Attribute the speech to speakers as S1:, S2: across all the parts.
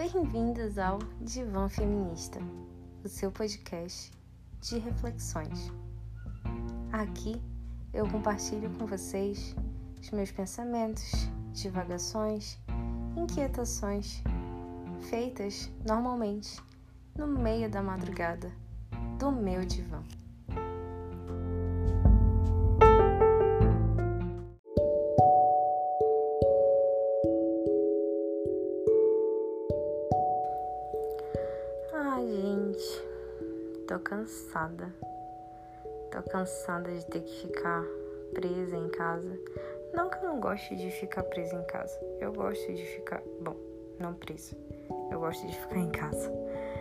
S1: Bem-vindas ao Divã Feminista, o seu podcast de reflexões. Aqui eu compartilho com vocês os meus pensamentos, divagações, inquietações, feitas normalmente no meio da madrugada do meu divã. Ai, gente, tô cansada de ter que ficar presa em casa. Não que eu não goste de ficar presa em casa, eu gosto de ficar, não presa, eu gosto de ficar em casa.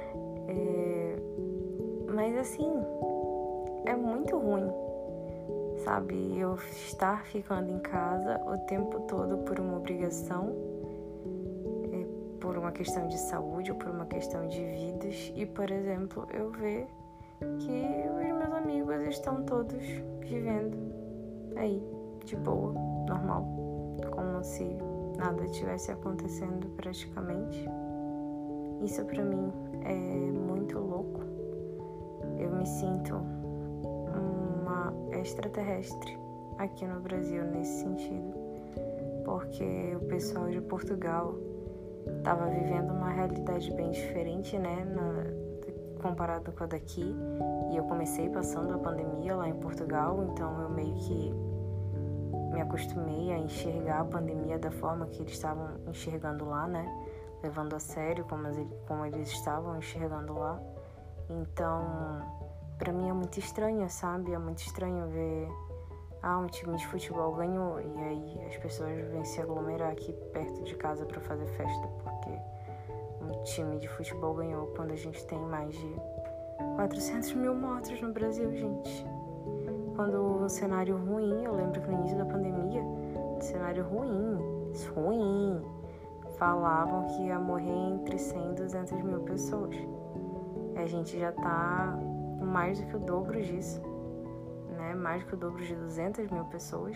S1: Mas assim, é muito ruim, sabe, eu estar ficando em casa o tempo todo por uma obrigação, por uma questão de saúde ou por uma questão de vidas. E, por exemplo, eu ver que os meus amigos estão todos vivendo aí, de boa, normal, como se nada tivesse acontecendo praticamente. Isso pra mim é muito louco. Eu me sinto uma extraterrestre aqui no Brasil nesse sentido, porque o pessoal de Portugal estava vivendo uma realidade bem diferente, né, comparado com a daqui. E eu comecei passando a pandemia lá em Portugal, então eu meio que me acostumei a enxergar a pandemia da forma que eles estavam enxergando lá, né, levando a sério como eles estavam enxergando lá. Então, pra mim é muito estranho, sabe? É muito estranho ver um time de futebol ganhou e aí as pessoas vêm se aglomerar aqui perto de casa pra fazer festa porque um time de futebol ganhou, quando a gente tem mais de 400 mil mortos no Brasil, gente. Quando o cenário ruim, eu lembro que no início da pandemia, cenário ruim, falavam que ia morrer entre 100 e 200 mil pessoas. A gente já tá com mais do que o dobro disso, né? Mais do que o dobro de 200 mil pessoas.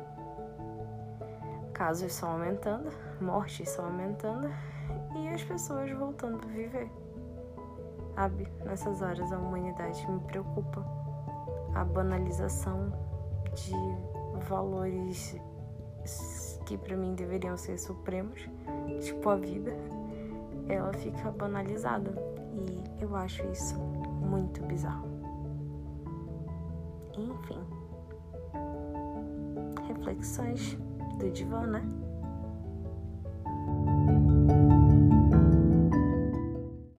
S1: Casos só aumentando, mortes só aumentando e as pessoas voltando a viver. Sabe? Nessas horas a humanidade me preocupa. A banalização de valores que pra mim deveriam ser supremos, tipo a vida, ela fica banalizada. E eu acho isso muito bizarro. Enfim. Reflexões do divã, né?